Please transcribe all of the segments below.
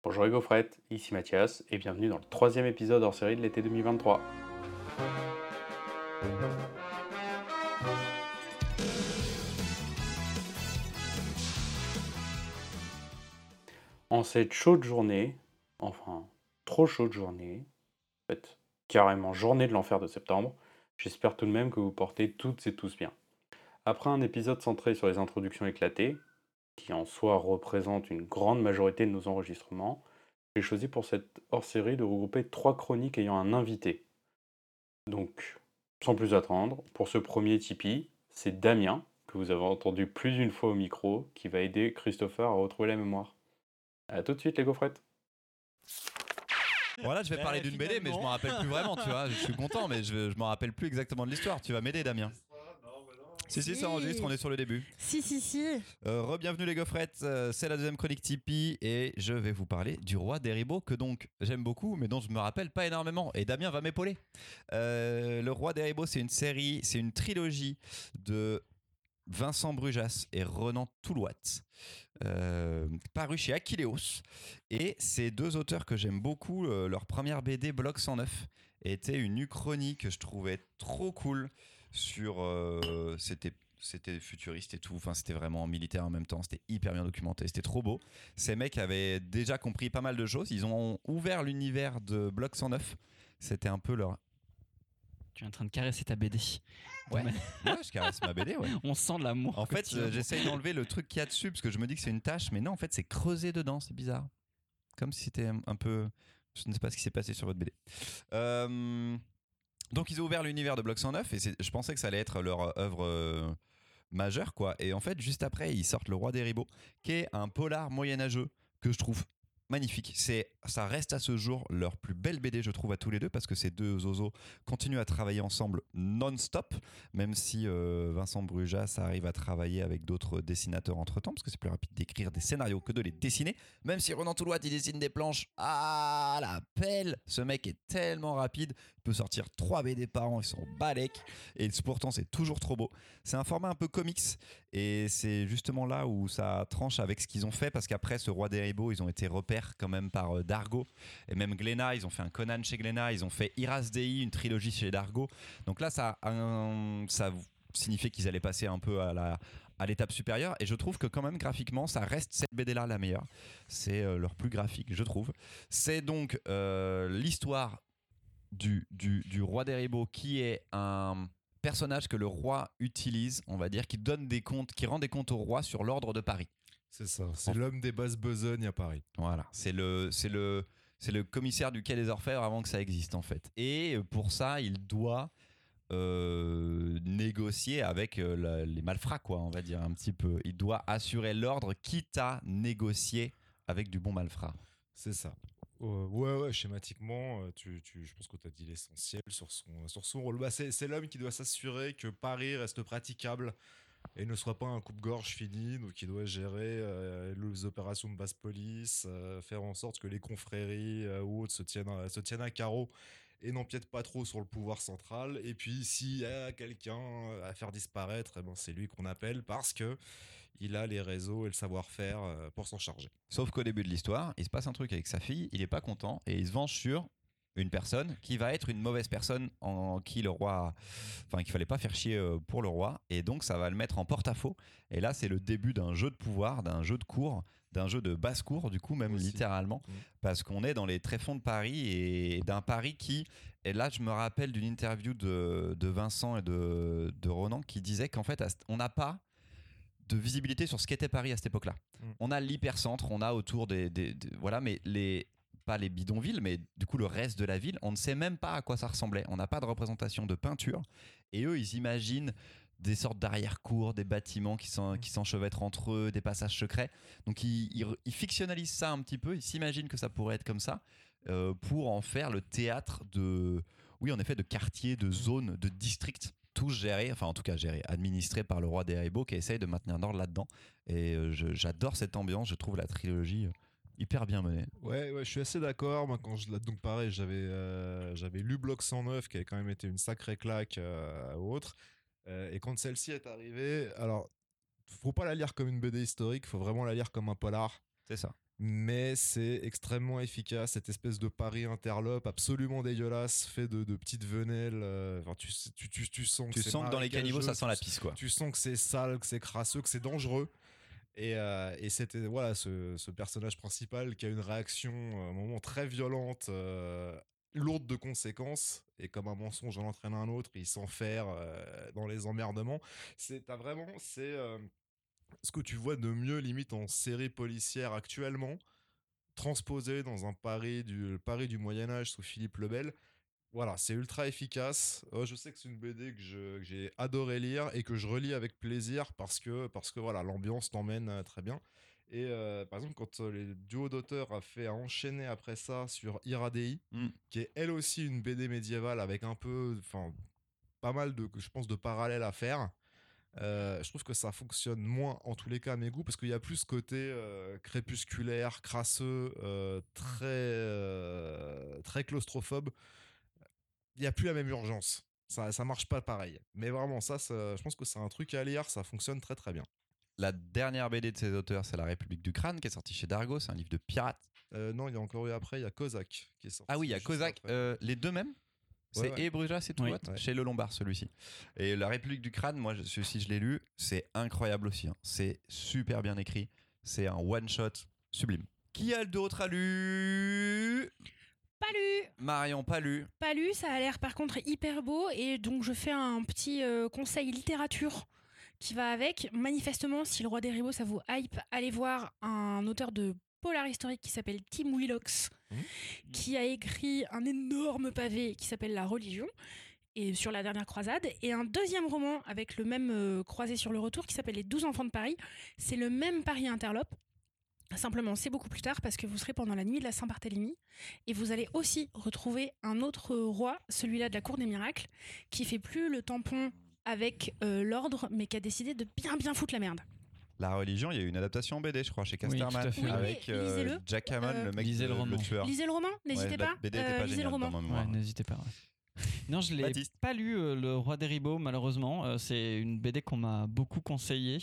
Bonjour les gaufrettes, ici Mathias et bienvenue dans le troisième épisode hors série de l'été 2023. En cette chaude journée, enfin trop chaude journée, en fait carrément journée de l'enfer de septembre, j'espère tout de même que vous portez toutes et tous bien. Après un épisode centré sur les introductions éclatées, qui en soi représente une grande majorité de nos enregistrements, j'ai choisi pour cette hors-série de regrouper 3 chroniques ayant un invité. Donc, sans plus attendre, pour ce premier Tipeee, c'est Damien, que vous avez entendu plus d'une fois au micro, qui va aider Christopher à retrouver la mémoire. A tout de suite les gaufrettes. Bon là je vais parler d'une BD mais je m'en rappelle plus vraiment, tu vois, je suis content mais je m'en rappelle plus exactement de l'histoire. Tu vas m'aider Damien? Si, ça enregistre, on est sur le début. Si. Re-bienvenue les gaufrettes, c'est la deuxième chronique Tipeee et je vais vous parler du roi des ribauds que donc j'aime beaucoup mais dont je me rappelle pas énormément et Damien va m'épauler. Le roi des ribauds c'est une série, c'est une trilogie de Vincent Brujas et Ronan Toulouat, paru chez Akileos. Et ces deux auteurs que j'aime beaucoup, leur première BD Bloc 109 était une uchronie que je trouvais trop cool sur... c'était futuriste et tout, enfin c'était vraiment militaire en même temps, c'était hyper bien documenté, c'était trop beau. Ces mecs avaient déjà compris pas mal de choses, ils ont ouvert l'univers de Bloc 109, c'était un peu leur... Tu es en train de caresser ta BD. Ouais, je caresse ma BD, ouais. On sent l'amour. En fait, j'essaye d'enlever le truc qu'il y a dessus parce que je me dis que c'est une tâche, mais non, en fait, c'est creusé dedans, c'est bizarre. Comme si c'était un peu. Je ne sais pas ce qui s'est passé sur votre BD. Donc, ils ont ouvert l'univers de Bloc 109 et je pensais que ça allait être leur œuvre majeure, quoi. Et en fait, juste après, ils sortent Le Roi des Ribauds, qui est un polar moyenâgeux que je trouve magnifique. Ça reste à ce jour leur plus belle BD, je trouve, à tous les deux, parce que ces deux zozos continuent à travailler ensemble non-stop, même si Vincent Brujas arrive à travailler avec d'autres dessinateurs entre-temps, parce que c'est plus rapide d'écrire des scénarios que de les dessiner, même si Ronan Toulouat, il dessine des planches à la pelle. Ce mec est tellement rapide, il peut sortir 3 BD par an, ils sont balèques, et pourtant c'est toujours trop beau. C'est un format un peu comics, et c'est justement là où ça tranche avec ce qu'ils ont fait, parce qu'après ce Roi des Ribauds, ils ont été repères quand même par Dargo, et même Glénat, ils ont fait un Conan chez Glénat, ils ont fait Iras Dei, une trilogie chez Dargo. Donc là, ça signifiait qu'ils allaient passer un peu à l'étape supérieure, et je trouve que quand même graphiquement ça reste cette BD là la meilleure, c'est leur plus graphique je trouve. C'est donc l'histoire du roi des ribauds, qui est un personnage que le roi utilise, on va dire, qui donne des comptes, qui rend des comptes au roi sur l'ordre de Paris. C'est ça, c'est l'homme des basses besognes à Paris. Voilà, c'est le commissaire du Quai des Orfèvres avant que ça existe en fait. Et pour ça, il doit négocier avec les malfrats, quoi, on va dire un petit peu. Il doit assurer l'ordre, quitte à négocier avec du bon malfrat. C'est ça. Ouais, schématiquement, je pense que tu as dit l'essentiel sur son rôle. Bah, c'est l'homme qui doit s'assurer que Paris reste praticable et ne soit pas un coupe-gorge fini, donc il doit gérer les opérations de basse police, faire en sorte que les confréries ou autres se tiennent à carreau et n'empiètent pas trop sur le pouvoir central. Et puis s'il y a quelqu'un à faire disparaître, eh ben, c'est lui qu'on appelle parce que il a les réseaux et le savoir-faire pour s'en charger. Sauf qu'au début de l'histoire, il se passe un truc avec sa fille, il est pas content et il se venge sur une personne qui va être une mauvaise personne en qui le roi, enfin qu'il fallait pas faire chier pour le roi, et donc ça va le mettre en porte-à-faux. Et là, c'est le début d'un jeu de pouvoir, d'un jeu de cour, d'un jeu de basse-cour, du coup, même Aussi. littéralement, parce qu'on est dans les tréfonds de Paris, et d'un Paris qui, et là je me rappelle d'une interview de Vincent et de Ronan qui disait qu'en fait on n'a pas de visibilité sur ce qu'était Paris à cette époque-là. On a l'hypercentre, on a autour voilà, mais pas les bidonvilles, mais du coup le reste de la ville, on ne sait même pas à quoi ça ressemblait. On n'a pas de représentation de peinture, et eux ils imaginent des sortes d'arrière-cours, des bâtiments qui s'enchevêtrent entre eux, des passages secrets. Donc ils fictionnalisent ça un petit peu, ils s'imaginent que ça pourrait être comme ça, pour en faire le théâtre de, oui en effet, de quartiers, de zones, de districts, tous gérés, enfin en tout cas gérés, administrés par le roi des Haribo, qui essaye de maintenir l'ordre là-dedans. Et j'adore cette ambiance, je trouve la trilogie hyper bien menée. Ouais, je suis assez d'accord. Moi, donc pareil, j'avais lu Bloc 109, qui avait quand même été une sacrée claque autre. Et quand celle-ci est arrivée, alors, faut pas la lire comme une BD historique, faut vraiment la lire comme un polar. C'est ça. mais c'est extrêmement efficace. Cette espèce de Paris interlope absolument dégueulasse, fait de petites venelles. Enfin, tu sens que Tu c'est sens que dans les caniveaux, ça marécageux, sent la pisse, quoi. tu sens que c'est sale, que c'est crasseux, que c'est dangereux. Et c'était voilà ce personnage principal qui a une réaction à un moment très violente, lourde de conséquences, et comme un mensonge en entraîne un autre, il s'enferre dans les emmerdements. C'est ce que tu vois de mieux limite en série policière actuellement, transposé dans un Paris du Moyen Âge sous Philippe le Bel. Voilà, c'est ultra efficace. Je sais que c'est une BD que j'ai adoré lire et que je relis avec plaisir parce que voilà, l'ambiance t'emmène très bien. Et par exemple, quand le duo d'auteurs a enchaîné après ça sur Iradei, Mm. qui est elle aussi une BD médiévale avec un peu, enfin, pas mal je pense, de parallèles à faire. Je trouve que ça fonctionne moins, en tous les cas à mes goûts, parce qu'il y a plus ce côté crépusculaire, crasseux, très claustrophobe. Il n'y a plus la même urgence. Ça marche pas pareil. Mais vraiment, je pense que c'est un truc à lire, ça fonctionne très très bien. La dernière BD de ces auteurs, c'est La République du Crâne, qui est sortie chez Dargo. C'est un livre de pirates. Non, il y a encore eu après, il y a Kozak qui est sorti. Ah oui, il y a juste Kozak. après. Les deux mêmes. C'est Ouais. et Brujas et tout Oui. what chez Le Lombard, celui-ci. Et La République du Crâne, moi, celui-ci, je l'ai lu. C'est incroyable aussi. Hein. C'est super bien écrit. C'est un one-shot sublime. Qui a d'autre a lu Pas lu. Marion, pas lu. Pas lu, ça a l'air par contre hyper beau et donc je fais un petit conseil littérature qui va avec. Manifestement, si Le Roi des Ribauds ça vous hype, allez voir un auteur de polar historique qui s'appelle Tim Willox, qui a écrit un énorme pavé qui s'appelle La Religion et sur la dernière croisade, et un deuxième roman avec le même croisé sur le retour qui s'appelle Les 12 enfants de Paris. C'est le même Paris interlope. Simplement, c'est beaucoup plus tard parce que vous serez pendant la nuit de la Saint-Barthélemy et vous allez aussi retrouver un autre roi, celui-là de la Cour des Miracles, qui fait plus le tampon avec l'ordre, mais qui a décidé de bien foutre la merde. La Religion, il y a eu une adaptation en BD, je crois, chez Oui, tout Casterman. à fait. Oui, avec mais lisez-le. Jack Hammond, le mec lisez le roman. tueur. Lisez le roman, n'hésitez Ouais, pas. La BD était pas lisez géniale le roman. dans ma mémoire. Ouais, n'hésitez pas. Non, je l'ai Baptiste. pas lu, Le Roi des Ribauds, malheureusement. C'est une BD qu'on m'a beaucoup conseillée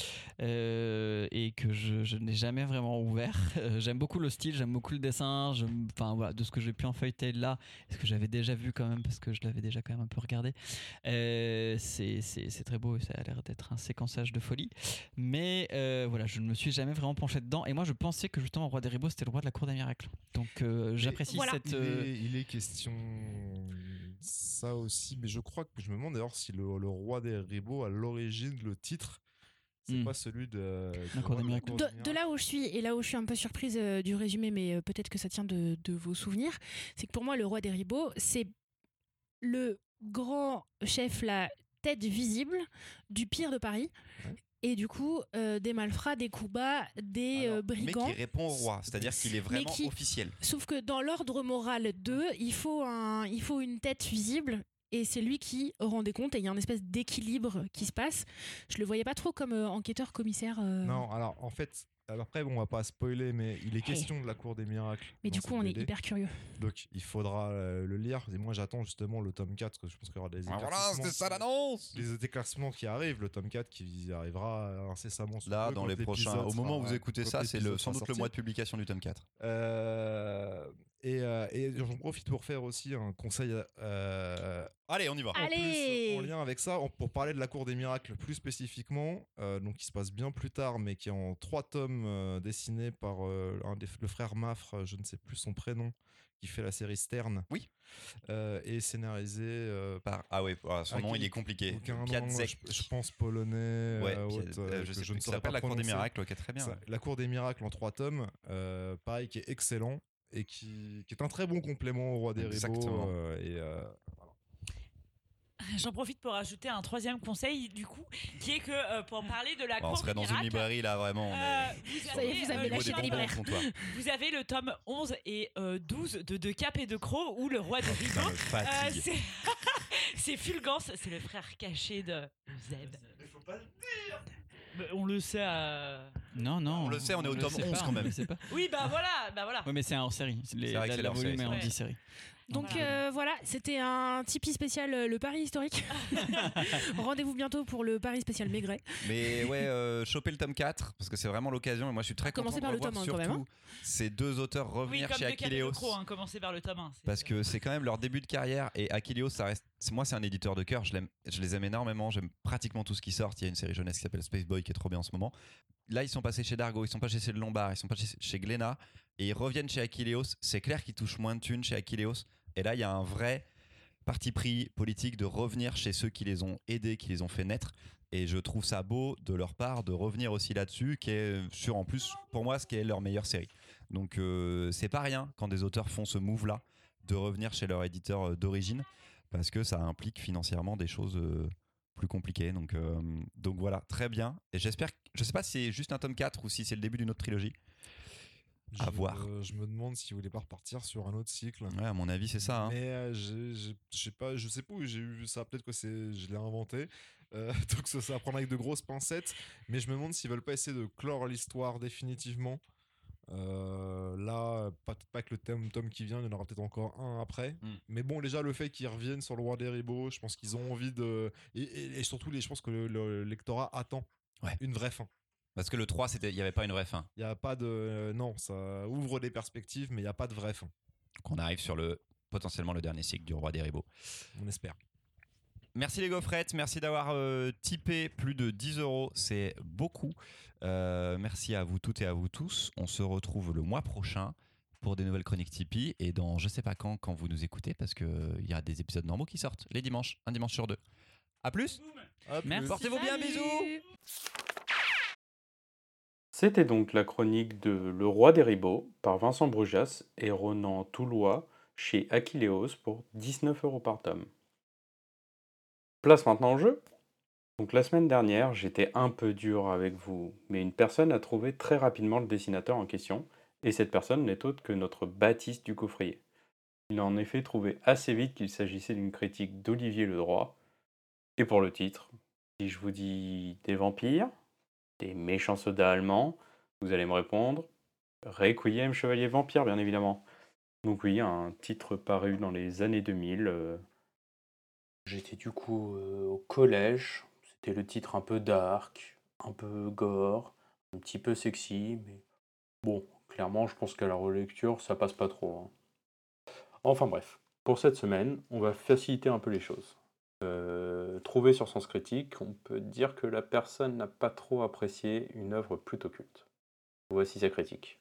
et que je n'ai jamais vraiment ouvert. J'aime beaucoup le style, j'aime beaucoup le dessin. Enfin, voilà, de ce que j'ai pu en feuilleter là, ce que j'avais déjà vu quand même, parce que je l'avais déjà quand même un peu regardé. C'est très beau et ça a l'air d'être un séquençage de folie. Mais voilà, je ne me suis jamais vraiment penché dedans. Et moi, je pensais que justement, Le Roi des Ribauds, c'était le roi de la Cour des miracles. Donc, j'apprécie voilà. cette. Il est question ça aussi, mais je crois que je me demande d'ailleurs si le Roi des Ribauds, à l'origine, le titre, c'est pas celui de La Cour des Miracles. De là où je suis, et là où je suis un peu surprise du résumé, mais peut-être que ça tient de vos souvenirs, c'est que pour moi, le Roi des Ribauds, c'est le grand chef, la tête visible du pire de Paris. Ouais. Et du coup, des malfrats, des coups bas, des Mais brigands. qui répond au roi, c'est-à-dire qu'il est vraiment qui- officiel. Sauf que dans l'ordre moral d'eux, il faut une tête visible. Et c'est lui qui rend des comptes et il y a une espèce d'équilibre qui se passe. Je le voyais pas trop comme enquêteur, commissaire. Non, alors en fait, après, bon, on va pas spoiler, mais il est question de la Cour des Miracles. Mais dans du coup, cette on est BD. hyper curieux. Donc, il faudra le lire. Et moi, j'attends justement le tome 4, parce que je pense qu'il y aura des Voilà, éclaircissements. c'était ça l'annonce. Les déclassements qui arrivent, le tome 4 qui arrivera incessamment. sous Là, peu, dans quand les prochains. l'épisode Au moment où sera- vous écoutez quand ça, c'est l'épisode sans sera doute le sorti. mois de publication du tome 4. Et j'en profite pour faire aussi un conseil Allez, on y va. en Allez. plus, en lien avec ça, pour parler de la Cour des Miracles plus spécifiquement, donc qui se passe bien plus tard, mais qui est en 3 tomes dessinés par le frère Maffre, je ne sais plus son prénom, qui fait la série Stern. Oui. Et scénarisé par Ah oui, son nom, il est compliqué. Piatzek. je pense polonais. Ouais, que je sais ne plus. Ça saurais s'appelle pas La Cour des prononcer. Miracles, ok, très bien. Ça, La Cour des Miracles en 3 tomes, pareil, qui est excellent et qui est un très bon complément au Roi des Ribauds. Exactement. J'en profite pour ajouter un troisième conseil, du coup, qui est que pour parler de la On Cour serait des dans une Miracles, librairie là, vraiment. On est Ça y est, vous avez au niveau lâché des des bonbons au libraires. comptoir. vous avez le tome 11 et 12 de Cap et de Croc, où le roi des Putain, Ribauds, me fatigue. c'est Fulgence, c'est le frère caché de Zeb. Mais faut pas le dire. On le sait. Non, On le sait, on est au le tome sait 11 pas, quand même. on le sait pas. Oui, bah voilà. Oui, mais c'est hors série. C'est vrai que c'est La hors volume série, est en ouais. 10 séries. Donc Voilà. voilà, c'était un Tipeee spécial le Paris historique. Rendez-vous bientôt pour le Paris spécial Maigret. Mais ouais, choper le tome 4, parce que c'est vraiment l'occasion. Et moi, je suis très content Commencer de par le revoir tome 1 quand surtout même, ces deux auteurs Oui, revenir comme chez de Cap et de Achilleos. Croc, commencer par le tome 1. Parce que c'est quand même leur début de carrière. Et Achilleos, ça reste. Moi, c'est un éditeur de cœur. Je les aime énormément. J'aime pratiquement tout ce qui sort. Il y a une série jeunesse qui s'appelle Space Boy qui est trop bien en ce moment. Là, ils sont passés chez Dargo, ils sont passés chez Lombard, ils sont passés chez Glénat. Et ils reviennent chez Achilleos. C'est clair qu'ils touchent moins de thunes chez Achilleos. Et là, il y a un vrai parti pris politique de revenir chez ceux qui les ont aidés, qui les ont fait naître. Et je trouve ça beau de leur part de revenir aussi là-dessus, qui est sur en plus, pour moi, ce qui est leur meilleure série. Donc c'est pas rien quand des auteurs font ce move-là, de revenir chez leur éditeur d'origine, parce que ça implique financièrement des choses plus compliquées. Donc voilà, très bien. Et j'espère, je sais pas si c'est juste un tome 4 ou si c'est le début d'une autre trilogie. À voir. Je me demande si vous voulez pas repartir sur un autre cycle. Ouais, à mon avis, c'est ça. Hein. Mais je sais pas où j'ai eu ça. Peut-être que je l'ai inventé. Donc ça va prendre avec de grosses pincettes. Mais je me demande s'ils veulent pas essayer de clore l'histoire définitivement. Là, peut-être pas que le tome qui vient, il y en aura peut-être encore un après. Mais bon, déjà, le fait qu'ils reviennent sur le Roi des Ribauds, je pense qu'ils ont envie de. Et surtout, je pense que le lectorat attend une vraie fin. Parce que le 3, il n'y avait pas une vraie fin. Il n'y a pas de. Non, ça ouvre des perspectives, mais il n'y a pas de vraie fin. Donc on arrive sur potentiellement le dernier cycle du Roi des Ribauds. On espère. Merci les gaufrettes, merci d'avoir typé plus de 10 €, c'est beaucoup. Merci à vous toutes et à vous tous. On se retrouve le mois prochain pour des nouvelles chroniques Tipeee et dans je sais pas quand vous nous écoutez parce qu'il y a des épisodes normaux qui sortent les dimanches, un dimanche sur deux. A plus. Merci. Portez-vous bien, Salut. bisous. C'était donc la chronique de Le Roi des Ribauds par Vincent Brujas et Ronan Toulois chez Achilleos pour 19 € par tome. Place maintenant au jeu. Donc la semaine dernière, j'étais un peu dur avec vous, mais une personne a trouvé très rapidement le dessinateur en question, et cette personne n'est autre que notre Baptiste du Coffrier. Il a en effet trouvé assez vite qu'il s'agissait d'une critique d'Olivier Ledroit. Et pour le titre, si je vous dis des vampires, des méchants soldats allemands, vous allez me répondre Requiem Chevalier Vampire, bien évidemment. Donc oui, un titre paru dans les années 2000. J'étais du coup au collège. C'était le titre un peu dark, un peu gore, un petit peu sexy, mais bon, clairement, je pense qu'à la relecture, ça passe pas trop. Hein. Enfin bref, pour cette semaine, on va faciliter un peu les choses. Trouvé sur Sens Critique, on peut dire que la personne n'a pas trop apprécié une œuvre plutôt culte. Voici sa critique.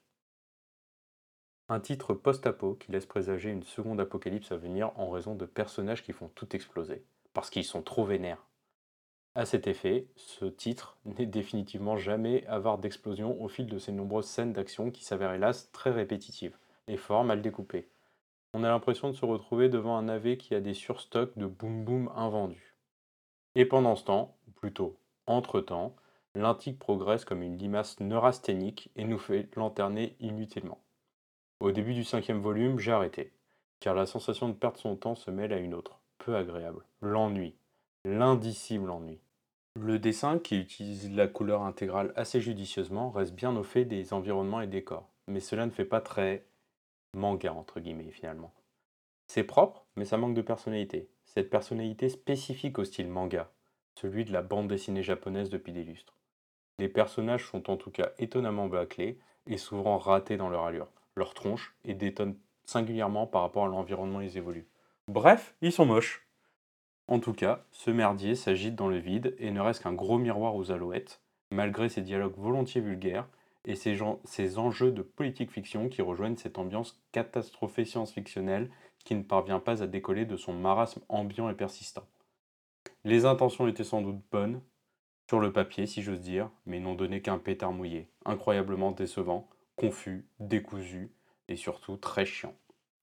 Un titre post-apo qui laisse présager une seconde apocalypse à venir en raison de personnages qui font tout exploser, parce qu'ils sont trop vénères. À cet effet, ce titre n'est définitivement jamais avare d'explosion au fil de ses nombreuses scènes d'action qui s'avèrent hélas très répétitives et fort mal découpées. On a l'impression de se retrouver devant un AV qui a des surstocks de boom boom invendus. Et pendant ce temps, ou plutôt entre-temps, l'intrigue progresse comme une limace neurasthénique et nous fait lanterner inutilement. Au début du 5e volume, j'ai arrêté, car la sensation de perdre son temps se mêle à une autre, peu agréable, l'ennui, l'indicible ennui. Le dessin, qui utilise la couleur intégrale assez judicieusement, reste bien au fait des environnements et décors, mais cela ne fait pas très manga entre guillemets finalement. C'est propre, mais ça manque de personnalité. Cette personnalité spécifique au style manga, celui de la bande dessinée japonaise depuis des lustres. Les personnages sont en tout cas étonnamment bâclés et souvent ratés dans leur allure, leur tronche et détonnent singulièrement par rapport à l'environnement ils évoluent. Bref, ils sont moches. En tout cas, ce merdier s'agite dans le vide et ne reste qu'un gros miroir aux alouettes, malgré ses dialogues volontiers vulgaires et ses enjeux de politique fiction qui rejoignent cette ambiance catastrophée science-fictionnelle qui ne parvient pas à décoller de son marasme ambiant et persistant. Les intentions étaient sans doute bonnes, sur le papier si j'ose dire, mais n'ont donné qu'un pétard mouillé, incroyablement décevant, confus, décousu et surtout très chiant.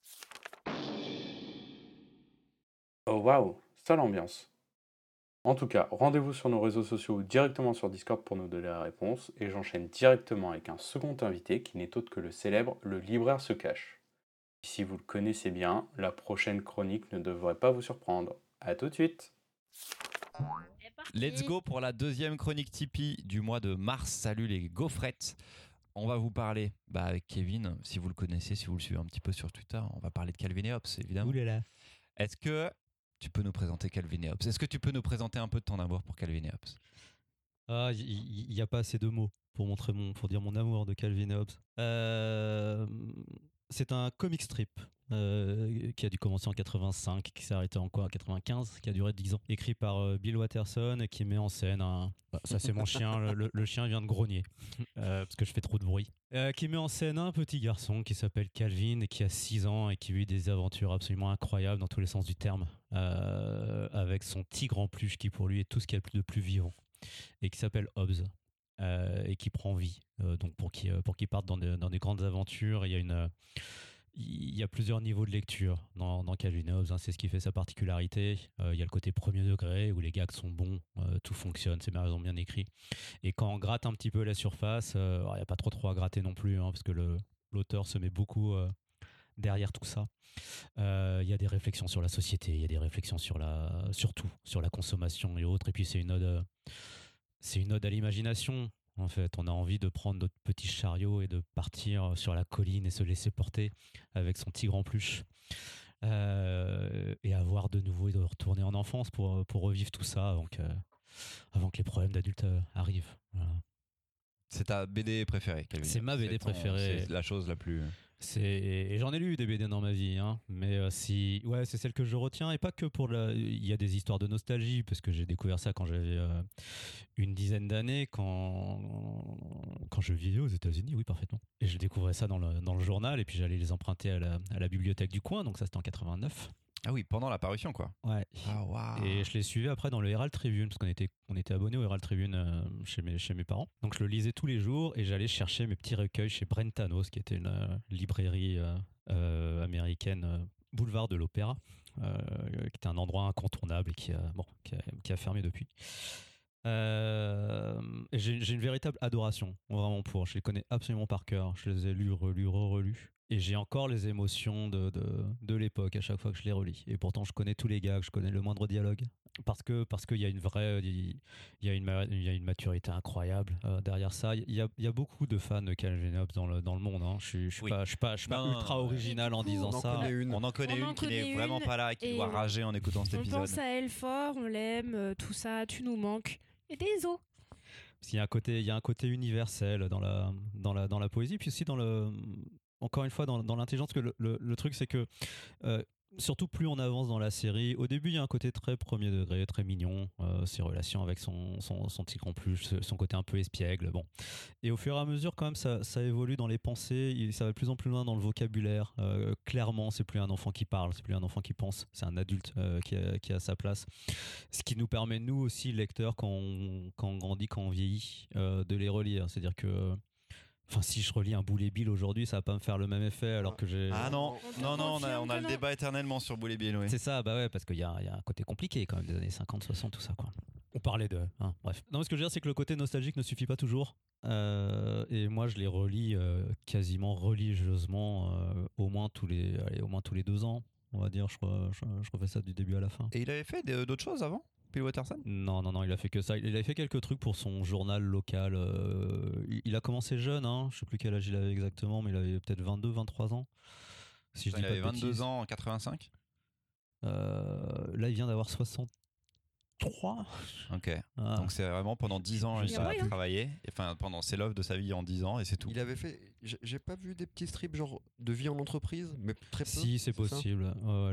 Oh waouh, sale ambiance. En tout cas, rendez-vous sur nos réseaux sociaux ou directement sur Discord pour nous donner la réponse, et j'enchaîne directement avec un second invité qui n'est autre que le célèbre Le Libraire se cache. Si vous le connaissez bien, la prochaine chronique ne devrait pas vous surprendre. A tout de suite. Let's go pour la deuxième chronique Tipeee du mois de mars. Salut les gaufrettes. On va vous parler avec Kevin, si vous le connaissez, si vous le suivez un petit peu sur Twitter, on va parler de Calvin et Hobbes, évidemment. Ouh là là. Est-ce que tu peux nous présenter Calvin et Hobbes? Est-ce que tu peux nous présenter un peu de ton amour pour Calvin et Hobbes? Ah, il n'y a pas assez de mots pour dire mon amour de Calvin et Hobbes. C'est un comic strip qui a dû commencer en 85, qui s'est arrêté en 95, qui a duré 10 ans. Écrit par Bill Watterson et qui met en scène ça c'est mon chien, le chien vient de grogner parce que je fais trop de bruit. Qui met en scène un petit garçon qui s'appelle Calvin et qui a 6 ans et qui vit des aventures absolument incroyables dans tous les sens du terme, avec son tigre en peluche qui pour lui est tout ce qu'il y a de plus vivant et qui s'appelle Hobbes. Et qui prend vie donc pour qu'il parte dans des grandes aventures. Il y a plusieurs niveaux de lecture dans Calvin et Hobbes, hein, c'est ce qui fait sa particularité. Il y a le côté premier degré où les gags sont bons, tout fonctionne, c'est bien écrit, et quand on gratte un petit peu la surface, il n'y a pas trop à gratter non plus, hein, parce que l'auteur se met beaucoup derrière tout ça. Il y a des réflexions sur la société, il y a des réflexions surtout sur la consommation et autres, et puis c'est une ode à l'imagination. En fait, on a envie de prendre notre petit chariot et de partir sur la colline et se laisser porter avec son tigre en peluche, et avoir de nouveau et de retourner en enfance pour revivre tout ça avant que les problèmes d'adultes arrivent. Voilà. C'est ta BD préférée, Calvin? C'est ma BD préférée. C'est la chose la plus... Et j'en ai lu des BD dans ma vie, hein, mais c'est celle que je retiens, et pas que pour il y a des histoires de nostalgie, parce que j'ai découvert ça quand j'avais une dizaine d'années, quand je vivais aux États-Unis, oui, parfaitement. Et je découvrais ça dans le journal, et puis j'allais les emprunter à la bibliothèque du coin, donc ça c'était en 89. Ah oui, pendant la parution, quoi. Ouais. Ah, waouh. Et je les suivais après dans le Herald Tribune, parce qu'on était abonnés au Herald Tribune chez mes parents. Donc je le lisais tous les jours et j'allais chercher mes petits recueils chez Brentanos, qui était une librairie américaine, boulevard de l'Opéra, qui était un endroit incontournable et qui a fermé depuis. Et j'ai une véritable adoration, vraiment je les connais absolument par cœur. Je les ai lus, relus, re-relus. Et j'ai encore les émotions de l'époque à chaque fois que je les relis. Et pourtant, je connais tous les gags, je connais le moindre dialogue. Parce qu'il y a il y a une maturité incroyable derrière ça. Il y a beaucoup de fans de Calvin et Hobbes dans le monde, hein. Je suis pas ultra original en disant ça. On en connaît une qui n'est vraiment pas là et qui doit rager en écoutant cet épisode. On pense à elle fort, on l'aime, tout ça, tu nous manques. Et des os. Parce qu'il y a un côté universel dans la poésie, puis aussi encore une fois dans l'intelligence, que le truc c'est que surtout plus on avance dans la série, au début il y a un côté très premier degré, très mignon, ses relations avec son tigre en peluche, son côté un peu espiègle, bon. Et au fur et à mesure quand même ça évolue dans les pensées, ça va de plus en plus loin dans le vocabulaire. Clairement c'est plus un enfant qui parle, c'est plus un enfant qui pense, c'est un adulte qui a sa place. Ce qui nous permet nous aussi, lecteurs, quand on grandit, quand on vieillit, de les relire. C'est-à-dire que si je relis un Boulet Bill aujourd'hui, ça va pas me faire le même effet alors que j'ai... Ah non, on a le débat éternellement sur Boulet Bill, oui. C'est ça, bah ouais, parce qu'il y a un côté compliqué quand même des années 50, 60, tout ça, quoi. On parlait bref. Non, mais ce que je veux dire, c'est que le côté nostalgique ne suffit pas toujours. Et moi, je les relis quasiment religieusement, au moins tous les 2 ans, on va dire. Je refais ça du début à la fin. Et il avait fait d'autres choses avant, Bill Watterson? Non, il a fait que ça. Il avait fait quelques trucs pour son journal local. Il a commencé jeune, hein. Je sais plus quel âge il avait exactement, mais il avait peut-être 22, 23 ans. Si je dis il pas avait de 22 bêtises. ans en 85. Là, il vient d'avoir 63. Ok. Ah. Donc c'est vraiment pendant 10 ans il a moyen. travaillé. Enfin, c'est l'œuvre de sa vie en 10 ans et c'est tout. Il avait fait. J'ai pas vu des petits strips genre de vie en entreprise, mais très peu. Si, c'est possible.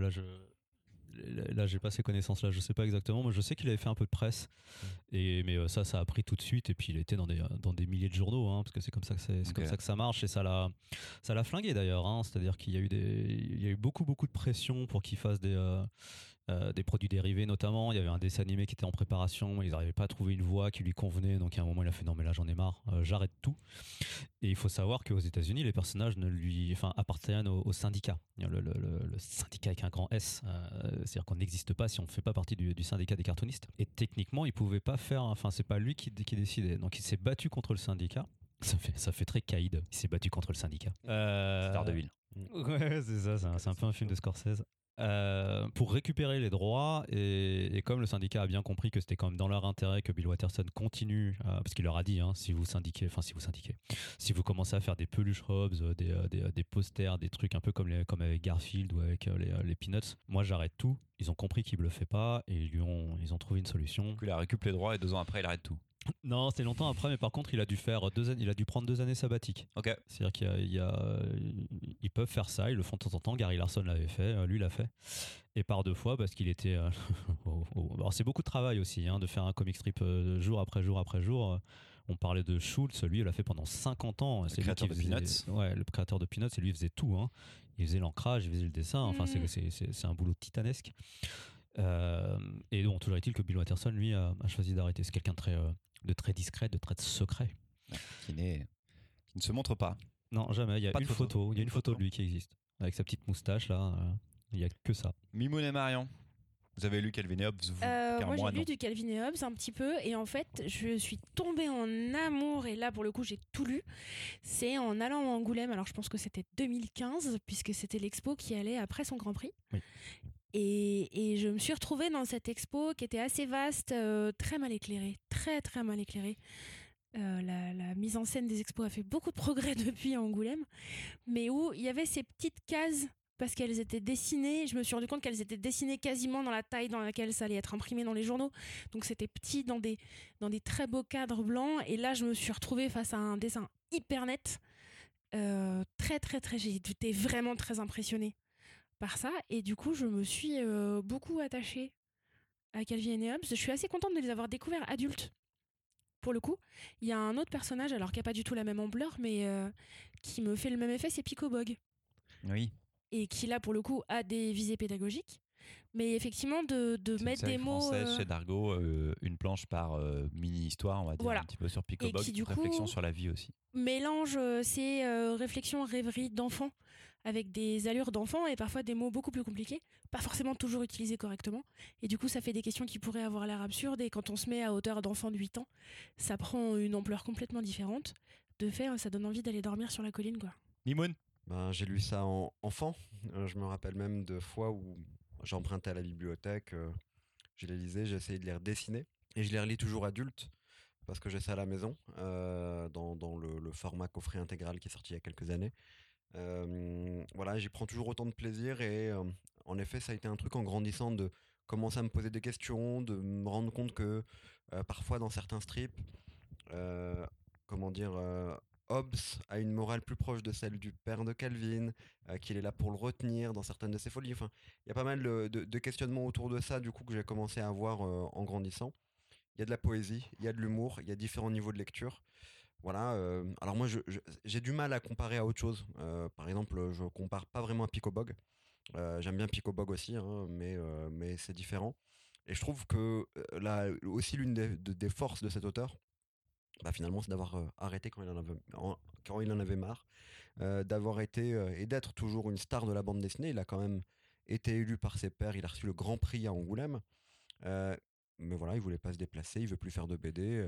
Là, j'ai pas ces connaissances-là, je sais pas exactement. Moi, je sais qu'il avait fait un peu de presse, mais ça a pris tout de suite. Et puis, il était dans des milliers de journaux, hein, parce que c'est comme ça que ça marche. Et ça l'a flingué d'ailleurs. Hein, c'est-à-dire qu'il y a eu beaucoup de pression pour qu'il fasse des produits dérivés notamment. Il y avait un dessin animé qui était en préparation, ils n'arrivaient pas à trouver une voix qui lui convenait, donc à un moment il a fait non mais là j'en ai marre, j'arrête tout. Et il faut savoir qu'aux États-Unis les personnages appartiennent au syndicat, le syndicat avec un grand S, c'est-à-dire qu'on n'existe pas si on ne fait pas partie du syndicat des cartoonistes. Et techniquement il pouvait pas c'est pas lui qui décidait, donc il s'est battu contre le syndicat. Ça fait très caïd. Il s'est battu contre le syndicat. Star de ville. Ouais, c'est ça, c'est un peu un film de Scorsese. pour récupérer les droits. Et comme le syndicat a bien compris que c'était quand même dans leur intérêt que Bill Watterson continue, parce qu'il leur a dit, si vous commencez à faire des peluches Hobbs, des posters, des trucs un peu comme avec Garfield ou avec les Peanuts, moi j'arrête tout. Ils ont compris qu'il ne le fait pas et ils ont trouvé une solution. Donc il a récupéré les droits et 2 ans après il arrête tout. Non, c'était longtemps après, mais par contre, il a dû prendre 2 années sabbatiques. Ok. C'est-à-dire ils peuvent faire ça, ils le font de temps en temps. Gary Larson l'avait fait, lui l'a fait. Et par 2 fois, parce qu'il était. Alors, c'est beaucoup de travail aussi, de faire un comic strip jour après jour après jour. On parlait de Schultz, lui, il l'a fait pendant 50 ans. C'est créateur lui qui de faisait, Peanuts. Ouais, le créateur de Peanuts, et lui, il faisait tout. Il faisait l'ancrage, il faisait le dessin. Enfin, c'est un boulot titanesque. Et donc, toujours est-il que Bill Watterson, lui, a choisi d'arrêter. C'est quelqu'un de très discret, de très secret. Qui ne se montre pas. Non, jamais. Il y a Pas de une photo. Il y a une photo de lui qui existe. Avec sa petite moustache, là. Il n'y a que ça. Mimoun et Marion, vous avez lu Calvin et Hobbes, vous car Moi, j'ai non. lu du Calvin et Hobbes un petit peu, et en fait, je suis tombée en amour, et là, pour le coup, j'ai tout lu. C'est en allant à Angoulême, alors je pense que c'était 2015, puisque c'était l'expo qui allait après son Grand Prix. Oui. Et je me suis retrouvée dans cette expo qui était assez vaste, très mal éclairée, très très mal éclairée. La mise en scène des expos a fait beaucoup de progrès depuis à Angoulême, mais où il y avait ces petites cases parce qu'elles étaient dessinées. Je me suis rendu compte qu'elles étaient dessinées quasiment dans la taille dans laquelle ça allait être imprimé dans les journaux. Donc c'était petit dans des très beaux cadres blancs. Et là, je me suis retrouvée face à un dessin hyper net, très très très. J'étais vraiment très impressionnée par ça. Et du coup, je me suis beaucoup attachée à Calvin et Hobbes. Je suis assez contente de les avoir découverts adultes. Pour le coup, il y a un autre personnage, alors qui n'a pas du tout la même ampleur, mais qui me fait le même effet, c'est Pico Bog. Oui. Et qui, là, pour le coup, a des visées pédagogiques. Mais effectivement, de mettre des mots... Chez Dargaud, une planche par mini-histoire, on va dire, Voilà. un petit peu sur Pico Et Bog, qui, du réflexion coup, sur la vie aussi. mélange ces réflexions, rêveries d'enfants avec des allures d'enfants et parfois des mots beaucoup plus compliqués, pas forcément toujours utilisés correctement. Et du coup, ça fait des questions qui pourraient avoir l'air absurdes, et quand on se met à hauteur d'enfant de 8 ans, ça prend une ampleur complètement différente. De fait, ça donne envie d'aller dormir sur la colline, quoi. Mimoun. J'ai lu ça enfant. Je me rappelle même de fois où j'empruntais à la bibliothèque, je les lisais, j'essayais de les redessiner. Et je les relis toujours adultes, parce que j'ai ça à la maison, dans le format coffret intégral qui est sorti il y a quelques années. Voilà, j'y prends toujours autant de plaisir, et en effet, ça a été un truc en grandissant de commencer à me poser des questions, de me rendre compte que parfois dans certains strips, Hobbes a une morale plus proche de celle du père de Calvin, qu'il est là pour le retenir dans certaines de ses folies. Enfin, il y a pas mal de questionnements autour de ça, du coup, que j'ai commencé à avoir en grandissant. Il y a de la poésie, il y a de l'humour, il y a différents niveaux de lecture. Voilà, alors moi j'ai du mal à comparer à autre chose. Par exemple, je compare pas vraiment à Pico Bog. J'aime bien Pico Bog aussi, mais c'est différent. Et je trouve que là aussi l'une des forces de cet auteur, finalement, c'est d'avoir arrêté quand il en avait marre, d'avoir été et d'être toujours une star de la bande dessinée. Il a quand même été élu par ses pairs, il a reçu le Grand Prix à Angoulême. Mais voilà, il voulait pas se déplacer, il veut plus faire de BD.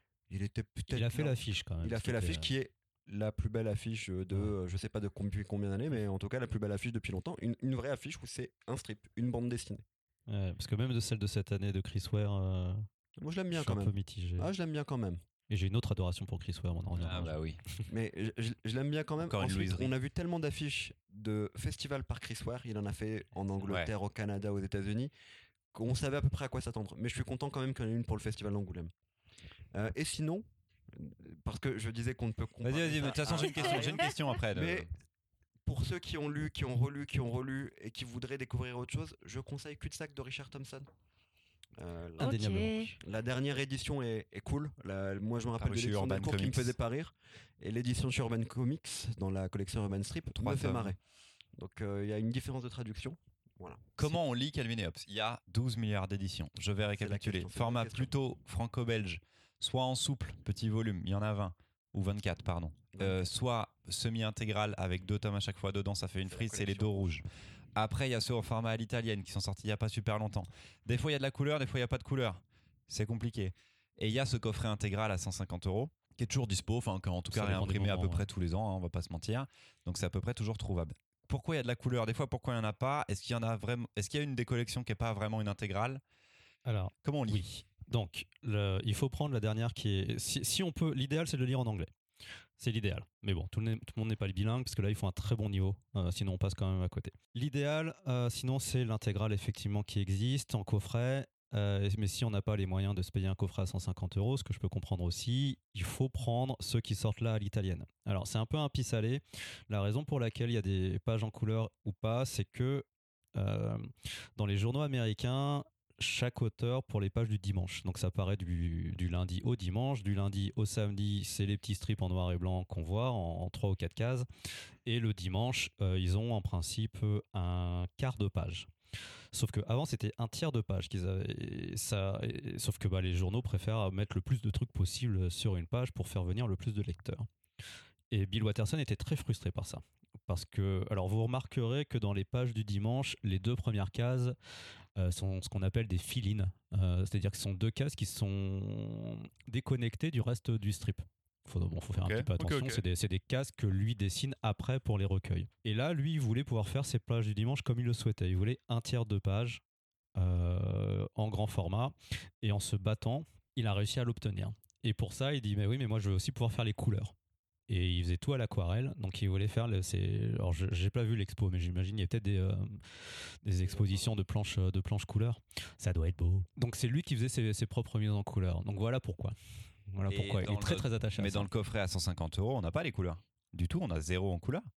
Il a fait l'affiche quand même. Il a fait l'affiche qui est la plus belle affiche je sais pas depuis combien d'années, mais en tout cas la plus belle affiche depuis longtemps. Une vraie affiche où c'est un strip, une bande dessinée. Ouais, parce que même de celle de cette année de Chris Ware, moi je l'aime bien je suis quand un même. peu mitigé. Je l'aime bien quand même. Et j'ai une autre adoration pour Chris Ware, on en reviendra. Ah bah oui. Mais je l'aime bien quand même. Encore une Ensuite, Louiserie. on a vu tellement d'affiches de festivals par Chris Ware, il en a fait en Angleterre, au Canada, aux États-Unis, qu'on savait à peu près à quoi s'attendre. Mais je suis content quand même qu'il y en ait une pour le festival d'Angoulême. Et sinon, parce que je disais qu'on ne peut comparer. Vas-y, de ça toute façon, à- j'ai une question après. Mais pour ceux qui ont lu, qui ont relu et qui voudraient découvrir autre chose, je conseille Cul-de-sac de Richard Thompson. Indéniablement. Ok. La dernière édition est cool. Moi, je me rappelle de chez l'édition Urban d'Alcourt qui me Comics. faisait pas rire. Et l'édition chez Urban Comics, dans la collection Urban Strip, Trois me fait tomes. marrer. Donc, il y a une différence de traduction. Voilà. Comment on lit Calvin et Hobbes? Il y a 12 milliards d'éditions. Je vais récapituler. question, c'est Format la question. plutôt franco-belge, soit en souple, petit volume, il y en a 20, ou 24, pardon. Soit semi-intégral avec 2 tomes à chaque fois dedans, ça fait une C'est la frise, c'est les collection dos rouges. Après, il y a ceux au format à l'italienne qui sont sortis il n'y a pas super longtemps. Des fois, il y a de la couleur, des fois, il n'y a pas de couleur. C'est compliqué. Et il y a ce coffret intégral à 150 €, qui est toujours dispo, enfin, en tout cas Ça dépend des réimprimé à peu moments, près tous les ans, on va pas se mentir. Donc, c'est à peu près toujours trouvable. pourquoi il y a de la couleur, des fois pourquoi il n'y en a pas, est-ce qu'il y en a vraiment, est-ce qu'il y a une des collections qui n'est pas vraiment une intégrale? Alors, Comment on lit? oui. Donc, il faut prendre la dernière qui est. Si on peut, l'idéal c'est de le lire en anglais. C'est l'idéal. Mais bon, tout le monde n'est pas bilingue parce que là, il faut un très bon niveau. Sinon, on passe quand même à côté. L'idéal, sinon, c'est l'intégrale effectivement qui existe en coffret. Mais si on n'a pas les moyens de se payer un coffret à 150 €, ce que je peux comprendre aussi, il faut prendre ceux qui sortent là à l'italienne. Alors, c'est un peu un pis-aller. La raison pour laquelle il y a des pages en couleur ou pas, c'est que euh, dans les journaux américains, chaque auteur pour les pages du dimanche. Donc ça paraît du lundi au dimanche. Du lundi au samedi, c'est les petits strips en noir et blanc qu'on voit en 3 ou 4 cases. Et le dimanche, ils ont en principe un quart de page. Sauf qu'avant, c'était un tiers de page qu'ils avaient. Sauf que les journaux préfèrent mettre le plus de trucs possible sur une page pour faire venir le plus de lecteurs. Et Bill Watterson était très frustré par ça. Parce que, alors vous remarquerez que dans les pages du dimanche, les 2 premières cases sont ce qu'on appelle des fill-in. C'est-à-dire que ce sont 2 cases qui sont déconnectées du reste du strip. Faut faire un petit peu attention. C'est des cases que lui dessine après pour les recueils. Et là, lui, il voulait pouvoir faire ses pages du dimanche comme il le souhaitait. Il voulait un tiers de page en grand format. Et en se battant, il a réussi à l'obtenir. Et pour ça, il dit, mais oui, mais moi, je veux aussi pouvoir faire les couleurs. Et il faisait tout à l'aquarelle, donc il voulait faire. Alors, j'ai pas vu l'expo, mais j'imagine il y a peut-être des expositions de planches couleurs. Ça doit être beau. Donc c'est lui qui faisait ses propres mises en couleur. Donc voilà pourquoi. Voilà pourquoi. Il est très très attaché à ça. Mais dans le coffret à 150 €, on n'a pas les couleurs. Du tout, on a 0 en couleur.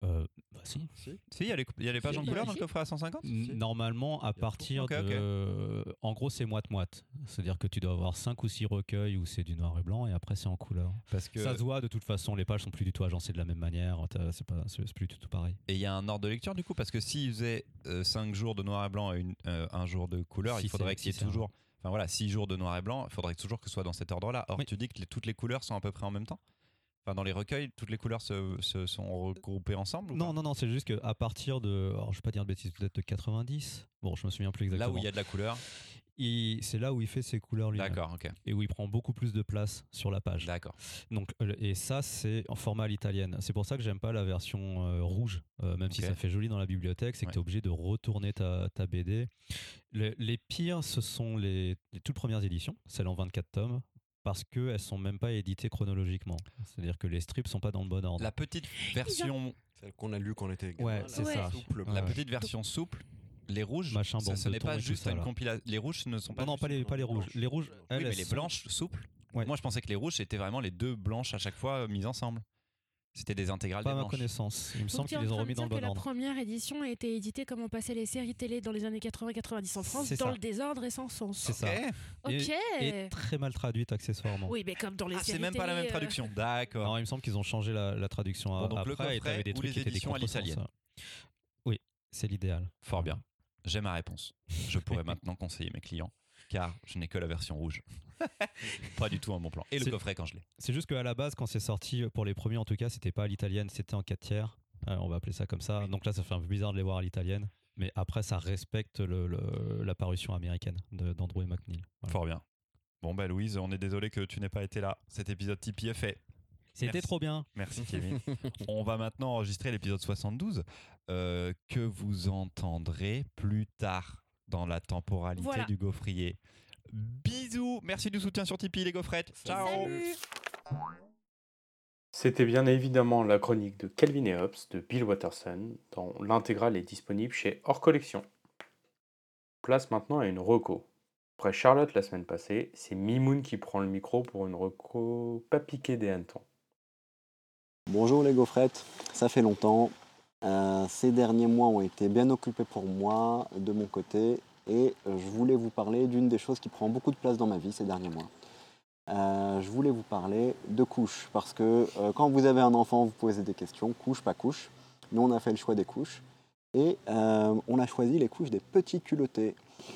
Si. Si, il y a les pages en couleur dans le coffret à 150. Normalement, à partir de. En gros, c'est moite-moite. C'est-à-dire que tu dois avoir 5 ou 6 recueils où c'est du noir et blanc et après c'est en couleur. Parce que ça se voit de toute façon, les pages sont plus du tout agencées de la même manière. C'est plus du tout pareil. Et il y a un ordre de lecture du coup, parce que s'il faisait 5 jours de noir et blanc et un jour de couleur, il faudrait qu'il y ait toujours. Enfin voilà, 6 jours de noir et blanc, il faudrait toujours que ce soit dans cet ordre-là. Or, tu dis que toutes les couleurs sont à peu près en même temps? Enfin, dans les recueils, toutes les couleurs se sont regroupées ensemble ou Non, c'est juste qu'à partir de. Alors, je vais pas dire de bêtises, peut-être de 90. Bon, je me souviens plus exactement. Là où il y a de la couleur. C'est là où il fait ses couleurs lui-même. D'accord, ok. Et où il prend beaucoup plus de place sur la page. D'accord. Donc, et ça, c'est en format à l'italienne. C'est pour ça que j'aime pas la version rouge, même si ça fait joli dans la bibliothèque, c'est que tu es obligé de retourner ta BD. Les pires, ce sont les toutes premières éditions, celles en 24 tomes. Parce qu'elles sont même pas éditées chronologiquement. C'est-à-dire que les strips sont pas dans le bon ordre. La petite version... Celle qu'on a lue quand on était gamin. Ouais, c'est ça. Souple. La petite version souple, les rouges, ce n'est pas juste une compilation. Les rouges ne sont pas... Non, pas les rouges. Les rouges, oui, mais les blanches souples. Ouais. Moi, je pensais que les rouges, c'était vraiment les 2 blanches à chaque fois mises ensemble. C'était des intégrales pas des à ma blanches. connaissance. Il me semble qu'ils les ont remis dans le bon ordre. La première édition a été éditée comme on passait les séries télé dans les années 80-90 en France, dans le désordre et sans sens. C'est ça. Ok. Et très mal traduite accessoirement. Oui, mais comme dans les séries c'est même pas la même traduction. D'accord. Non, il me semble qu'ils ont changé la traduction donc après. Le coffret et t'avais des trucs qui étaient des à l'italienne. Oui, c'est l'idéal. Fort bien. J'ai ma réponse. Je pourrais maintenant conseiller mes clients, car je n'ai que la version rouge. Pas du tout un bon plan. Et le coffret quand je l'ai. C'est juste qu'à la base, quand c'est sorti, pour les premiers en tout cas, c'était pas à l'italienne, c'était en 4 tiers. On va appeler ça comme ça. Donc là, ça fait un peu bizarre de les voir à l'italienne. Mais après, ça respecte la parution américaine d'Andrew et McNeil. Voilà. Fort bien. Bon, Louise, on est désolé que tu n'aies pas été là. Cet épisode Tipeee est fait. C'était trop bien. Merci, Kevin. On va maintenant enregistrer l'épisode 72 que vous entendrez plus tard dans la temporalité du gaufrier. Bisous. Merci du soutien sur Tipeee, les gaufrettes. Ciao. Salut. C'était bien évidemment la chronique de Calvin et Hobbes de Bill Watterson, dont l'intégrale est disponible chez Hors Collection. Place maintenant à une reco. Après Charlotte la semaine passée, c'est Mimoun qui prend le micro pour une reco pas piquée des hannetons. Bonjour les gaufrettes, ça fait longtemps. Ces derniers mois ont été bien occupés pour moi, de mon côté, et je voulais vous parler d'une des choses qui prend beaucoup de place dans ma vie ces derniers mois. Je voulais vous parler de couches, parce que quand vous avez un enfant, vous posez des questions, couche, pas couche. Nous, on a fait le choix des couches, et on a choisi les couches des petits culottés.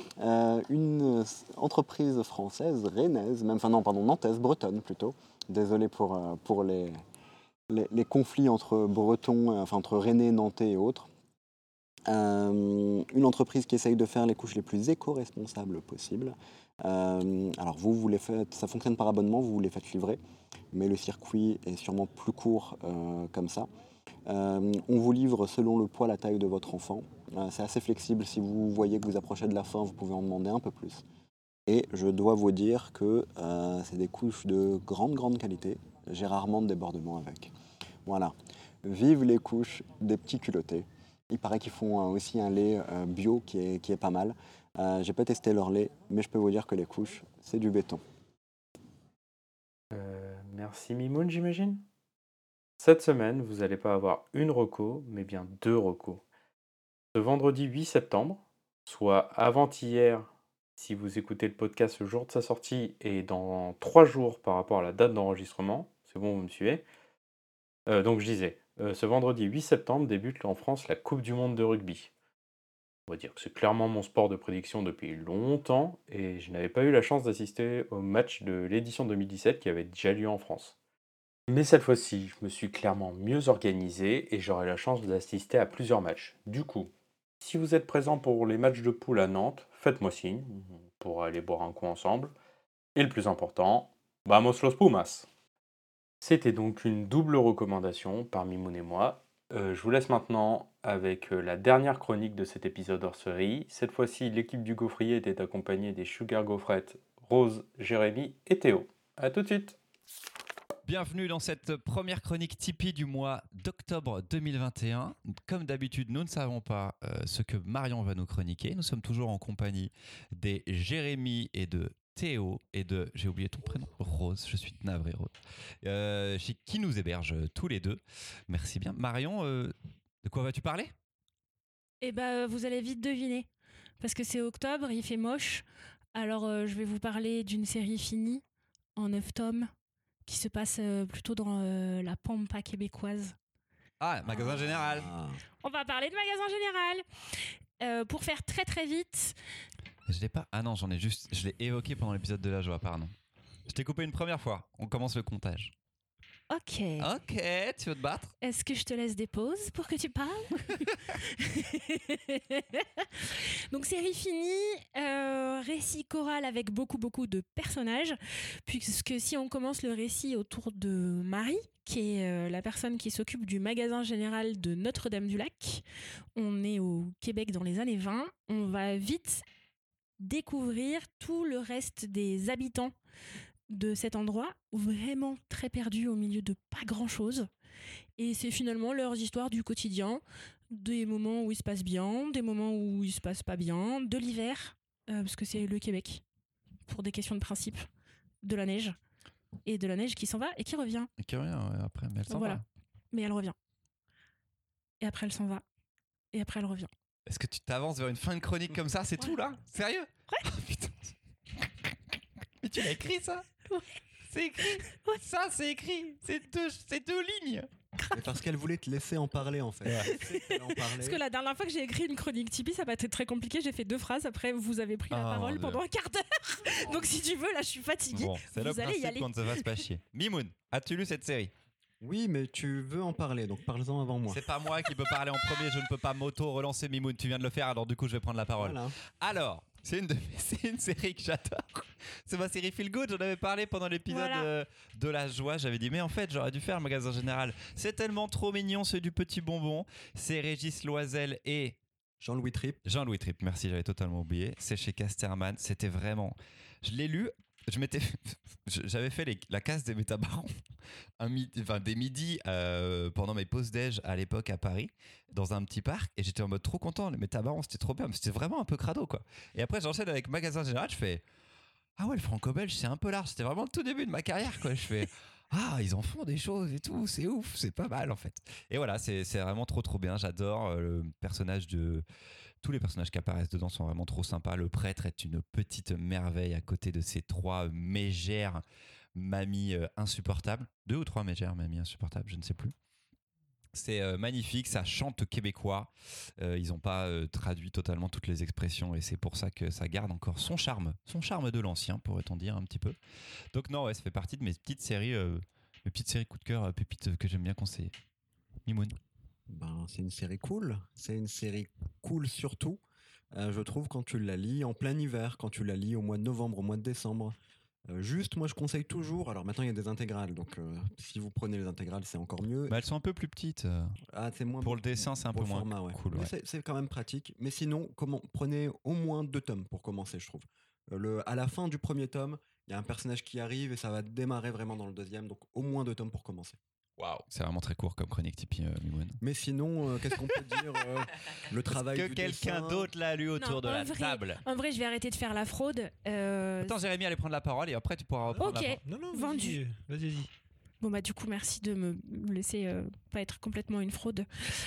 Une entreprise française, rennaise, nantaise, bretonne plutôt. Désolé pour les conflits entre Bretons, entre Rennais, Nantais et autres. Une entreprise qui essaye de faire les couches les plus éco-responsables possibles. Alors vous les faites, ça fonctionne par abonnement, vous les faites livrer, mais le circuit est sûrement plus court comme ça. On vous livre selon le poids, la taille de votre enfant. C'est assez flexible. Si vous voyez que vous approchez de la fin, vous pouvez en demander un peu plus. Et je dois vous dire que c'est des couches de grande qualité. J'ai rarement de débordement avec. Voilà. Vive les couches des petits culottés. Il paraît qu'ils font aussi un lait bio qui est pas mal. J'ai pas testé leur lait, mais je peux vous dire que les couches, c'est du béton. Merci Mimoun, j'imagine. Cette semaine, vous n'allez pas avoir une reco, mais bien 2 recos. Ce vendredi 8 septembre, soit avant-hier, si vous écoutez le podcast le jour de sa sortie, et dans 3 jours par rapport à la date d'enregistrement, c'est bon, vous me suivez. Donc je disais, ce vendredi 8 septembre débute en France la Coupe du monde de rugby. On va dire que c'est clairement mon sport de prédiction depuis longtemps, et je n'avais pas eu la chance d'assister au match de l'édition 2017 qui avait déjà lieu en France. Mais cette fois-ci, je me suis clairement mieux organisé et j'aurai la chance d'assister à plusieurs matchs. Du coup, si vous êtes présent pour les matchs de poule à Nantes, faites-moi signe, on pourra aller boire un coup ensemble. Et le plus important, vamos los Pumas! C'était donc une double recommandation par Mimoun et moi. Je vous laisse maintenant avec la dernière chronique de cet épisode hors série. Cette fois-ci, l'équipe du Gaufrier était accompagnée des Sugar Gaufrettes, Rose, Jérémy et Théo. A tout de suite! Bienvenue dans cette première chronique Tipeee du mois d'octobre 2021. Comme d'habitude, nous ne savons pas ce que Marion va nous chroniquer. Nous sommes toujours en compagnie des Jérémy et de Théo et de, j'ai oublié ton prénom, Rose, je suis navré Rose, qui nous héberge tous les deux. Merci bien. Marion, de quoi vas-tu parler ? Eh ben, vous allez vite deviner. Parce que c'est octobre, il fait moche. Alors, je vais vous parler d'une série finie, en 9 tomes, qui se passe plutôt dans la pampa québécoise. Ah, Magasin Général. On va parler de Magasin Général. Pour faire très vite. Je l'ai pas. Ah non, je l'ai évoqué pendant l'épisode de la joie, pardon. Je t'ai coupé une première fois. On commence le comptage. Ok, tu veux te battre ? est-ce que je te laisse des pauses pour que tu parles? Donc série finie, récit choral avec beaucoup de personnages, puisque si on commence le récit autour de Marie, qui est la personne qui s'occupe du magasin général de Notre-Dame-du-Lac, on est au Québec dans les années 20, on va vite découvrir tout le reste des habitants de cet endroit, vraiment très perdu au milieu de pas grand chose. Et c'est finalement leurs histoires du quotidien, des moments où il se passe bien, des moments où il se passe pas bien, de l'hiver, parce que c'est le Québec, pour des questions de principe, de la neige, et de la neige qui s'en va et qui revient. Et qui revient après, mais elle s'en Voilà. va. Mais elle revient. Et après elle s'en va. Et après elle revient. Est-ce que tu t'avances vers une fin de chronique comme ça ? C'est tout là ? Sérieux ? Ouais. Oh, putain. Mais tu l'as écrit ça ? Ouais. C'est écrit. Ouais. Ça, c'est écrit. C'est deux lignes. Mais parce qu'elle voulait te laisser en parler en fait. Parce que la dernière fois que j'ai écrit une chronique Tipeee, ça m'a été très compliqué. J'ai fait 2 phrases. Après, vous avez pris la parole pendant un quart d'heure. Donc, si tu veux, là, je suis fatiguée. Bon, c'est le Vous allez y principe aller. qu'on ne se fasse pas chier. Mimoun, as-tu lu cette série ? Oui, mais tu veux en parler, donc parle-en avant moi. C'est pas moi qui peux parler en premier, je ne peux pas m'auto-relancer Mimoun, tu viens de le faire, alors du coup je vais prendre la parole. Voilà. Alors, c'est une série que j'adore. C'est ma série Feel Good, j'en avais parlé pendant l'épisode Voilà. de la joie. J'avais dit, mais en fait, j'aurais dû faire le Magasin Général. C'est tellement trop mignon, c'est du petit bonbon. C'est Régis Loisel et Jean-Louis Tripp. Jean-Louis Tripp, merci, j'avais totalement oublié. C'est chez Casterman, c'était vraiment... Je l'ai lu, j'avais fait la case des métabarons des midis pendant mes pauses déj à l'époque à Paris dans un petit parc et j'étais en mode trop content, les métabarons c'était trop bien, mais c'était vraiment un peu crado quoi. Et après j'enchaîne avec Magasin Général, je fais ah ouais, le franco-belge c'est un peu large, c'était vraiment le tout début de ma carrière quoi. Je fais ah, ils en font des choses et tout, c'est ouf, c'est pas mal en fait. Et voilà, c'est vraiment trop bien, j'adore le personnage de... Tous les personnages qui apparaissent dedans sont vraiment trop sympas. Le prêtre est une petite merveille à côté de ces 3 mégères mamies insupportables. 2 ou 3 mégères mamies insupportables, je ne sais plus. C'est magnifique, ça chante québécois. Ils n'ont pas traduit totalement toutes les expressions et c'est pour ça que ça garde encore son charme de l'ancien, pourrait-on dire un petit peu. Donc non, ouais, ça fait partie de mes petites séries coup de cœur, pépites que j'aime bien conseiller. Mimoun. Ben, c'est une série cool. C'est une série cool surtout, je trouve, quand tu la lis en plein hiver, quand tu la lis au mois de novembre, au mois de décembre. Juste, moi je conseille toujours, alors maintenant il y a des intégrales, donc si vous prenez les intégrales c'est encore mieux. Bah, elles sont un peu plus petites. Ah, c'est moins Pour le dessin, c'est un pour peu le moins format, ouais. cool. Mais Ouais. c'est quand même pratique. Mais sinon, prenez au moins 2 tomes pour commencer, je trouve. À la fin du premier tome, il y a un personnage qui arrive et ça va démarrer vraiment dans le deuxième, donc au moins 2 tomes pour commencer. Waouh. C'est vraiment très court comme chronique Tipeee, Mimoun. Mais sinon, qu'est-ce qu'on peut dire Le travail Est-ce que du quelqu'un dessin. d'autre l'a lu autour Non, de en la vrai- table? En vrai, je vais arrêter de faire la fraude. Attends, Jérémy allait prendre la parole et après tu pourras reprendre Ok. la parole. Non, non, Vendu. Vas-y. Bon bah du coup merci de me laisser pas être complètement une fraude.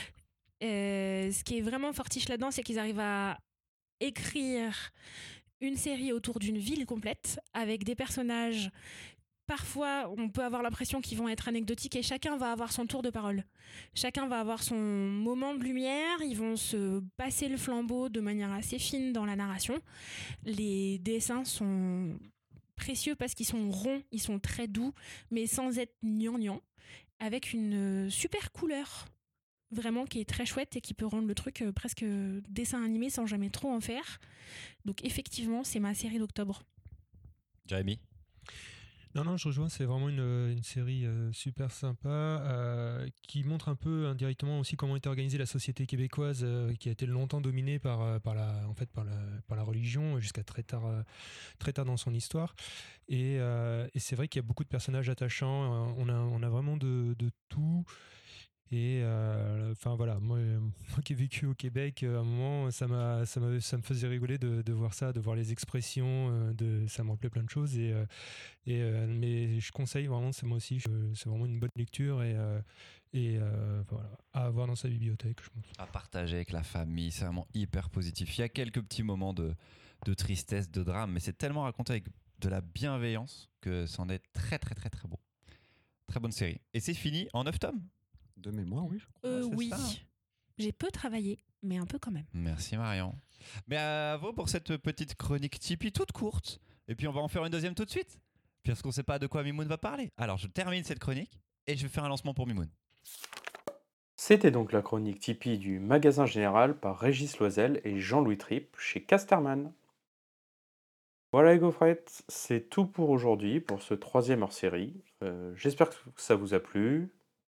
Ce qui est vraiment fortiche là-dedans, c'est qu'ils arrivent à écrire une série autour d'une ville complète avec des personnages. Parfois, on peut avoir l'impression qu'ils vont être anecdotiques et chacun va avoir son tour de parole. Chacun va avoir son moment de lumière, ils vont se passer le flambeau de manière assez fine dans la narration. Les dessins sont précieux parce qu'ils sont ronds, ils sont très doux, mais sans être gnangnan, avec une super couleur, vraiment qui est très chouette et qui peut rendre le truc presque dessin animé sans jamais trop en faire. Donc effectivement, c'est ma série d'octobre. Jérémy? Non, je rejoins, c'est vraiment une série super sympa qui montre un peu indirectement aussi comment était organisée la société québécoise qui a été longtemps dominée par la religion jusqu'à très tard dans son histoire. Et c'est vrai qu'il y a beaucoup de personnages attachants, on a vraiment de tout. Et enfin voilà, moi qui ai vécu au Québec, à un moment, ça me faisait rigoler de voir ça, de voir les expressions, ça me rappelait plein de choses. Mais je conseille vraiment, c'est moi aussi, c'est vraiment une bonne lecture et voilà, à avoir dans sa bibliothèque, je pense. À partager avec la famille, c'est vraiment hyper positif. Il y a quelques petits moments de tristesse, de drame, mais c'est tellement raconté avec de la bienveillance que c'en est très très très très beau. Très bonne série. Et c'est fini en 9 tomes. De mémoire, oui. c'est Oui, ça, hein. j'ai peu travaillé, mais un peu quand même. Merci Marion. Mais à vous pour cette petite chronique Tipeee toute courte. Et puis on va en faire une deuxième tout de suite. Parce qu'on ne sait pas de quoi Mimoun va parler. Alors je termine cette chronique et je vais faire un lancement pour Mimoun. C'était donc la chronique Tipeee du Magasin Général par Régis Loisel et Jean-Louis Tripp chez Casterman. Voilà les gaufrettes, c'est tout pour aujourd'hui, pour ce 3e hors-série. J'espère que ça vous a plu.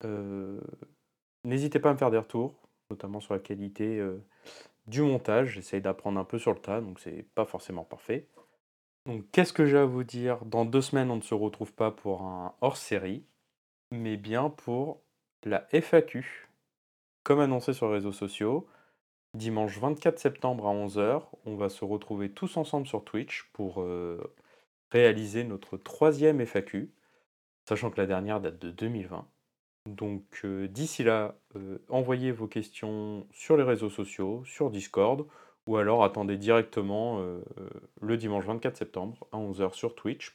N'hésitez pas à me faire des retours, notamment sur la qualité du montage. J'essaye d'apprendre un peu sur le tas, donc c'est pas forcément parfait. Donc qu'est-ce que j'ai à vous dire? Dans 2 semaines, on ne se retrouve pas pour un hors-série, mais bien pour la FAQ. Comme annoncé sur les réseaux sociaux, dimanche 24 septembre à 11h, on va se retrouver tous ensemble sur Twitch pour réaliser notre 3e FAQ, sachant que la dernière date de 2020. Donc d'ici là, envoyez vos questions sur les réseaux sociaux, sur Discord, ou alors attendez directement le dimanche 24 septembre à 11h sur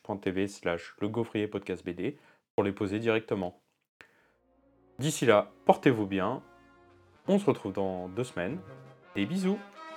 twitch.tv/legaufrierpodcastbd pour les poser directement. D'ici là, portez-vous bien. On se retrouve dans 2 semaines. Des bisous!